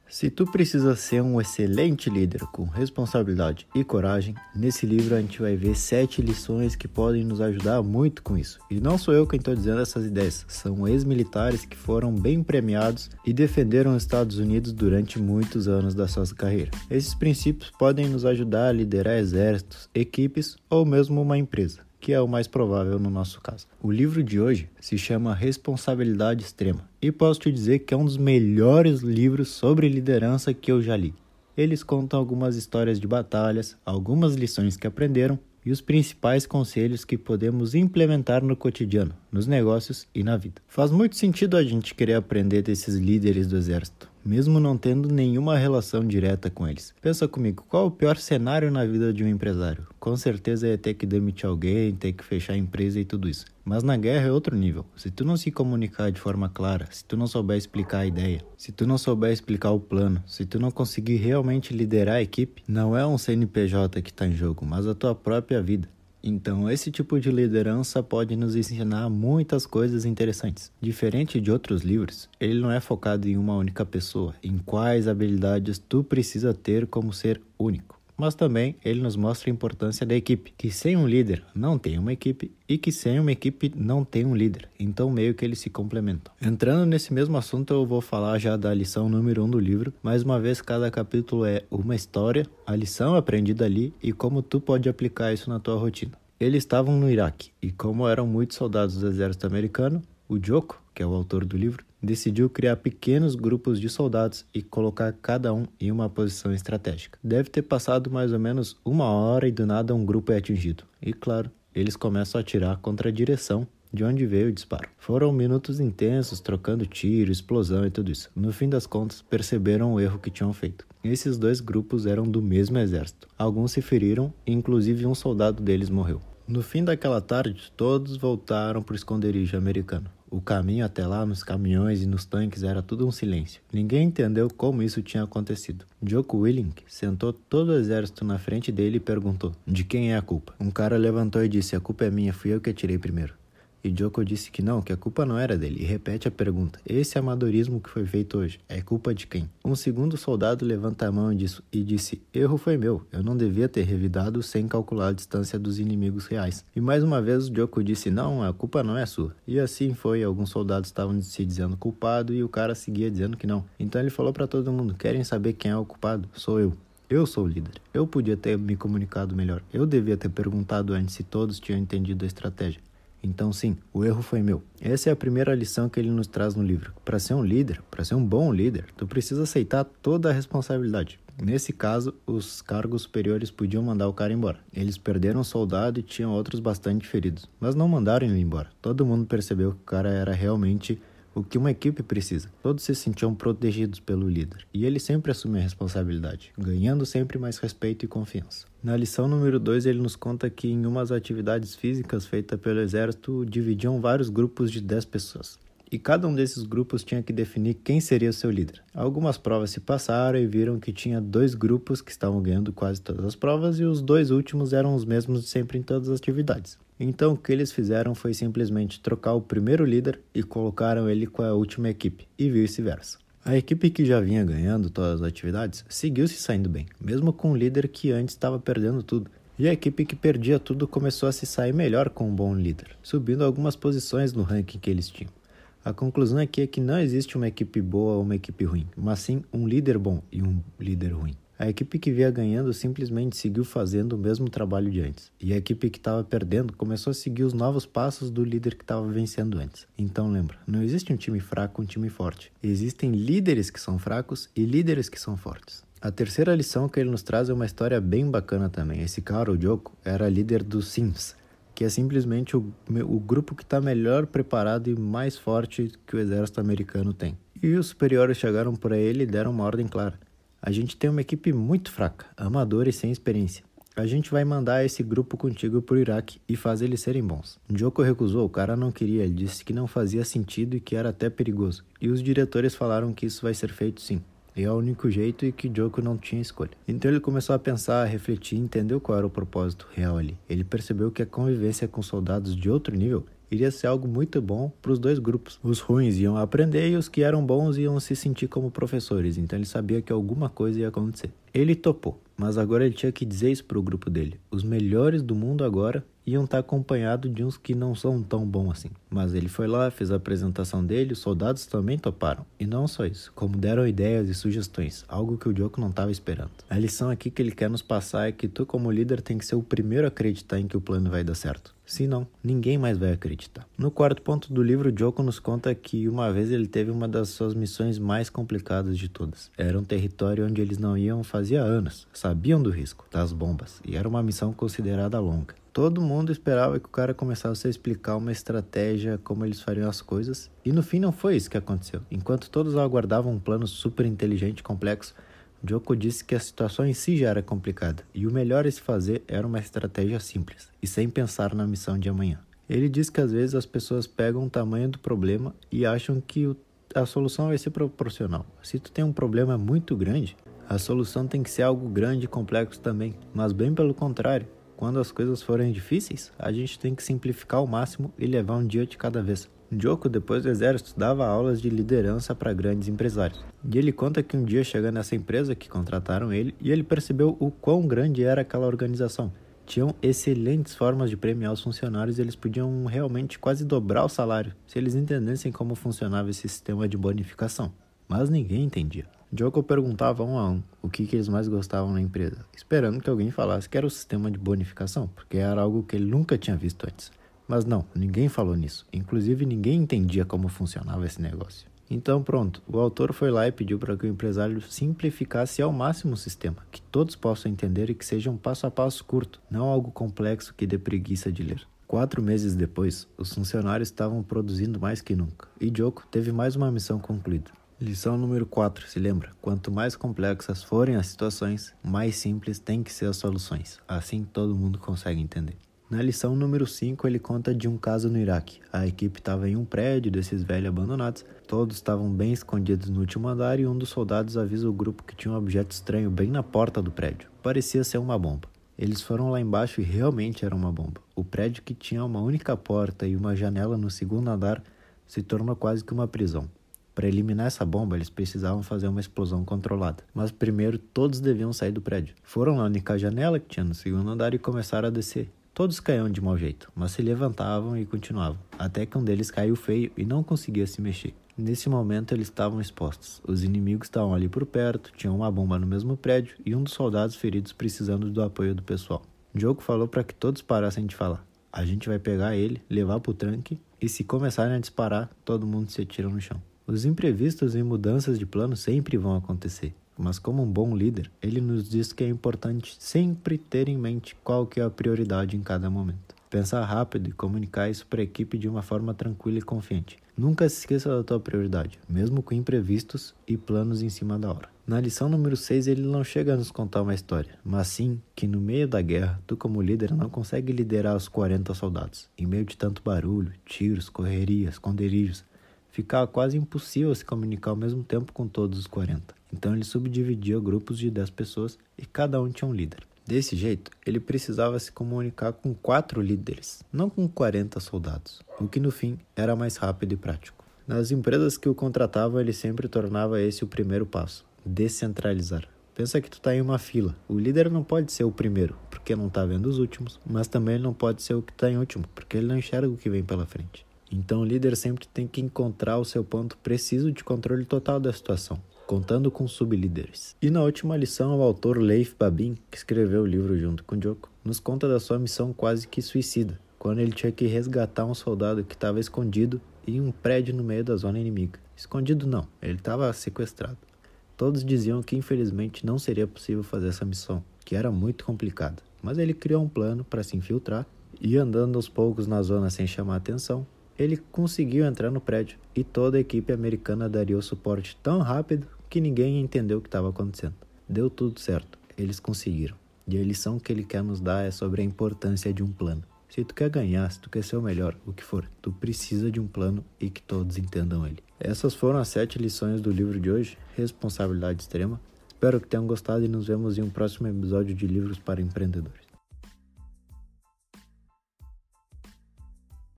Se tu precisa ser um excelente líder com responsabilidade e coragem, nesse livro a gente vai ver 7 lições que podem nos ajudar muito com isso. E não sou eu quem estou dizendo essas ideias, são ex-militares que foram bem premiados e defenderam os Estados Unidos durante muitos anos da sua carreira. Esses princípios podem nos ajudar a liderar exércitos, equipes ou mesmo uma empresa, que é o mais provável no nosso caso. O livro de hoje se chama Responsabilidade Extrema e posso te dizer que é um dos melhores livros sobre liderança que eu já li. Eles contam algumas histórias de batalhas, algumas lições que aprenderam e os principais conselhos que podemos implementar no cotidiano, nos negócios e na vida. Faz muito sentido a gente querer aprender desses líderes do exército, mesmo não tendo nenhuma relação direta com eles. Pensa comigo, qual é o pior cenário na vida de um empresário? Com certeza é ter que demitir alguém, ter que fechar a empresa e tudo isso. Mas na guerra é outro nível. Se tu não se comunicar de forma clara, se tu não souber explicar a ideia, se tu não souber explicar o plano, se tu não conseguir realmente liderar a equipe, não é um CNPJ que está em jogo, mas a tua própria vida. Então, esse tipo de liderança pode nos ensinar muitas coisas interessantes. Diferente de outros livros, ele não é focado em uma única pessoa, em quais habilidades tu precisa ter como ser único. Mas também ele nos mostra a importância da equipe, que sem um líder não tem uma equipe e que sem uma equipe não tem um líder, então meio que eles se complementam. Entrando nesse mesmo assunto, eu vou falar já da lição número 1 do livro. Mais uma vez, cada capítulo é uma história, a lição aprendida ali e como tu pode aplicar isso na tua rotina. Eles estavam no Iraque e como eram muitos soldados do exército americano, o Jocko, que é o autor do livro, decidiu criar pequenos grupos de soldados e colocar cada um em uma posição estratégica. Deve ter passado mais ou menos 1 hora e do nada um grupo é atingido. E claro, eles começam a atirar contra a direção de onde veio o disparo. Foram minutos intensos, trocando tiro, explosão e tudo isso. No fim das contas, perceberam o erro que tinham feito. Esses 2 grupos eram do mesmo exército. Alguns se feriram e inclusive um soldado deles morreu. No fim daquela tarde, todos voltaram para o esconderijo americano. O caminho até lá, nos caminhões e nos tanques, era tudo um silêncio. Ninguém entendeu como isso tinha acontecido. Jocko Willink sentou todo o exército na frente dele e perguntou: de quem é a culpa? Um cara levantou e disse: a culpa é minha, fui eu que atirei primeiro. E Jocko disse que não, que a culpa não era dele, e repete a pergunta: esse amadorismo que foi feito hoje, é culpa de quem? Um segundo soldado levanta a mão e disse: erro foi meu, eu não devia ter revidado sem calcular a distância dos inimigos reais. E mais uma vez Jocko disse: não, a culpa não é sua. E assim foi, alguns soldados estavam se dizendo culpado e o cara seguia dizendo que não. Então ele falou para todo mundo: querem saber quem é o culpado? Sou eu. Eu sou o líder. Eu podia ter me comunicado melhor. Eu devia ter perguntado antes se todos tinham entendido a estratégia. Então sim, o erro foi meu. Essa é a primeira lição que ele nos traz no livro. Para ser um líder, para ser um bom líder, tu precisa aceitar toda a responsabilidade. Nesse caso, os cargos superiores podiam mandar o cara embora. Eles perderam um soldado e tinham outros bastante feridos, mas não mandaram ele embora. Todo mundo percebeu que o cara era realmente o que uma equipe precisa. Todos se sentiam protegidos pelo líder. E ele sempre assume a responsabilidade, ganhando sempre mais respeito e confiança. Na lição número 2, ele nos conta que em umas atividades físicas feitas pelo exército, dividiam vários grupos de 10 pessoas. E cada um desses grupos tinha que definir quem seria o seu líder. Algumas provas se passaram e viram que tinha 2 grupos que estavam ganhando quase todas as provas e os 2 últimos eram os mesmos de sempre em todas as atividades. Então o que eles fizeram foi simplesmente trocar o primeiro líder e colocaram ele com a última equipe, e vice-versa. A equipe que já vinha ganhando todas as atividades seguiu se saindo bem, mesmo com o líder que antes estava perdendo tudo. E a equipe que perdia tudo começou a se sair melhor com um bom líder, subindo algumas posições no ranking que eles tinham. A conclusão aqui é que não existe uma equipe boa ou uma equipe ruim, mas sim um líder bom e um líder ruim. A equipe que vinha ganhando simplesmente seguiu fazendo o mesmo trabalho de antes. E a equipe que estava perdendo começou a seguir os novos passos do líder que estava vencendo antes. Então lembra, não existe um time fraco e um time forte. Existem líderes que são fracos e líderes que são fortes. A terceira lição que ele nos traz é uma história bem bacana também. Esse cara, o Jocko, era líder dos Sims, que é simplesmente o grupo que está melhor preparado e mais forte que o exército americano tem. E os superiores chegaram para ele e deram uma ordem clara: a gente tem uma equipe muito fraca, amadora e sem experiência. A gente vai mandar esse grupo contigo pro Iraque e fazer eles serem bons. Jocko recusou, o cara não queria, ele disse que não fazia sentido e que era até perigoso. E os diretores falaram que isso vai ser feito sim. E é o único jeito e que Jocko não tinha escolha. Então ele começou a pensar, a refletir e entendeu qual era o propósito real ali. Ele percebeu que a convivência com soldados de outro nível Iria ser algo muito bom para os dois grupos. Os ruins iam aprender e os que eram bons iam se sentir como professores, então ele sabia que alguma coisa ia acontecer. Ele topou, mas agora ele tinha que dizer isso para o grupo dele. Os melhores do mundo agora iam estar acompanhados de uns que não são tão bons assim. Mas ele foi lá, fez a apresentação dele, os soldados também toparam. E não só isso, como deram ideias e sugestões, algo que o Joko não estava esperando. A lição aqui que ele quer nos passar é que tu como líder tem que ser o primeiro a acreditar em que o plano vai dar certo. Se não, ninguém mais vai acreditar. No quarto ponto do livro, Joko nos conta que uma vez ele teve uma das suas missões mais complicadas de todas. Era um território onde eles não iam fazia anos, sabiam do risco, das bombas, e era uma missão considerada longa. Todo mundo esperava que o cara começasse a explicar uma estratégia, como eles fariam as coisas, e no fim não foi isso que aconteceu. Enquanto todos aguardavam um plano super inteligente e complexo, Joko disse que a situação em si já era complicada, e o melhor a se fazer era uma estratégia simples, e sem pensar na missão de amanhã. Ele diz que às vezes as pessoas pegam o tamanho do problema e acham que a solução vai ser proporcional. Se tu tem um problema muito grande, a solução tem que ser algo grande e complexo também, mas bem pelo contrário. Quando as coisas forem difíceis, a gente tem que simplificar ao máximo e levar um dia de cada vez. Joko, depois do exército, dava aulas de liderança para grandes empresários. E ele conta que um dia chegou nessa empresa que contrataram ele e ele percebeu o quão grande era aquela organização. Tinham excelentes formas de premiar os funcionários e eles podiam realmente quase dobrar o salário se eles entendessem como funcionava esse sistema de bonificação. Mas ninguém entendia. Joko perguntava um a um o que eles mais gostavam na empresa, esperando que alguém falasse que era o sistema de bonificação, porque era algo que ele nunca tinha visto antes. Mas não, ninguém falou nisso. Inclusive, ninguém entendia como funcionava esse negócio. Então pronto, o autor foi lá e pediu para que o empresário simplificasse ao máximo o sistema, que todos possam entender e que seja um passo a passo curto, não algo complexo que dê preguiça de ler. 4 meses depois, os funcionários estavam produzindo mais que nunca, e Joko teve mais uma missão concluída. Lição número 4, se lembra? Quanto mais complexas forem as situações, mais simples têm que ser as soluções. Assim todo mundo consegue entender. Na lição número 5, ele conta de um caso no Iraque. A equipe estava em um prédio desses velhos abandonados. Todos estavam bem escondidos no último andar e um dos soldados avisa o grupo que tinha um objeto estranho bem na porta do prédio. Parecia ser uma bomba. Eles foram lá embaixo e realmente era uma bomba. O prédio, que tinha uma única porta e uma janela no segundo andar, se tornou quase que uma prisão. Para eliminar essa bomba, eles precisavam fazer uma explosão controlada. Mas primeiro, todos deviam sair do prédio. Foram na única janela que tinha no segundo andar e começaram a descer. Todos caíam de mau jeito, mas se levantavam e continuavam, até que um deles caiu feio e não conseguia se mexer. Nesse momento, eles estavam expostos. Os inimigos estavam ali por perto, tinham uma bomba no mesmo prédio e um dos soldados feridos precisando do apoio do pessoal. Joko falou para que todos parassem de falar. A gente vai pegar ele, levar pro tanque e se começarem a disparar, todo mundo se atira no chão. Os imprevistos e mudanças de plano sempre vão acontecer, mas como um bom líder, ele nos diz que é importante sempre ter em mente qual que é a prioridade em cada momento. Pensar rápido e comunicar isso para a equipe de uma forma tranquila e confiante. Nunca se esqueça da tua prioridade, mesmo com imprevistos e planos em cima da hora. Na lição número 6, ele não chega a nos contar uma história, mas sim que no meio da guerra, tu como líder não consegue liderar os 40 soldados. Em meio de tanto barulho, tiros, correrias, esconderijos, ficava quase impossível se comunicar ao mesmo tempo com todos os 40. Então ele subdividia grupos de 10 pessoas e cada um tinha um líder. Desse jeito, ele precisava se comunicar com 4 líderes, não com 40 soldados, o que no fim era mais rápido e prático. Nas empresas que o contratavam, ele sempre tornava esse o primeiro passo, descentralizar. Pensa que tu tá em uma fila. O líder não pode ser o primeiro, porque não tá vendo os últimos, mas também ele não pode ser o que tá em último, porque ele não enxerga o que vem pela frente. Então o líder sempre tem que encontrar o seu ponto preciso de controle total da situação, contando com sublíderes. E na última lição, o autor Leif Babin, que escreveu o livro junto com Joko, nos conta da sua missão quase que suicida, quando ele tinha que resgatar um soldado que estava escondido em um prédio no meio da zona inimiga. Escondido não, ele estava sequestrado. Todos diziam que infelizmente não seria possível fazer essa missão, que era muito complicada, mas ele criou um plano para se infiltrar e andando aos poucos na zona sem chamar atenção, ele conseguiu entrar no prédio e toda a equipe americana daria o suporte tão rápido que ninguém entendeu o que estava acontecendo. Deu tudo certo, eles conseguiram. E a lição que ele quer nos dar é sobre a importância de um plano. Se tu quer ganhar, se tu quer ser o melhor, o que for, tu precisa de um plano e que todos entendam ele. Essas foram as 7 lições do livro de hoje, Responsabilidade Extrema. Espero que tenham gostado e nos vemos em um próximo episódio de Livros para Empreendedores.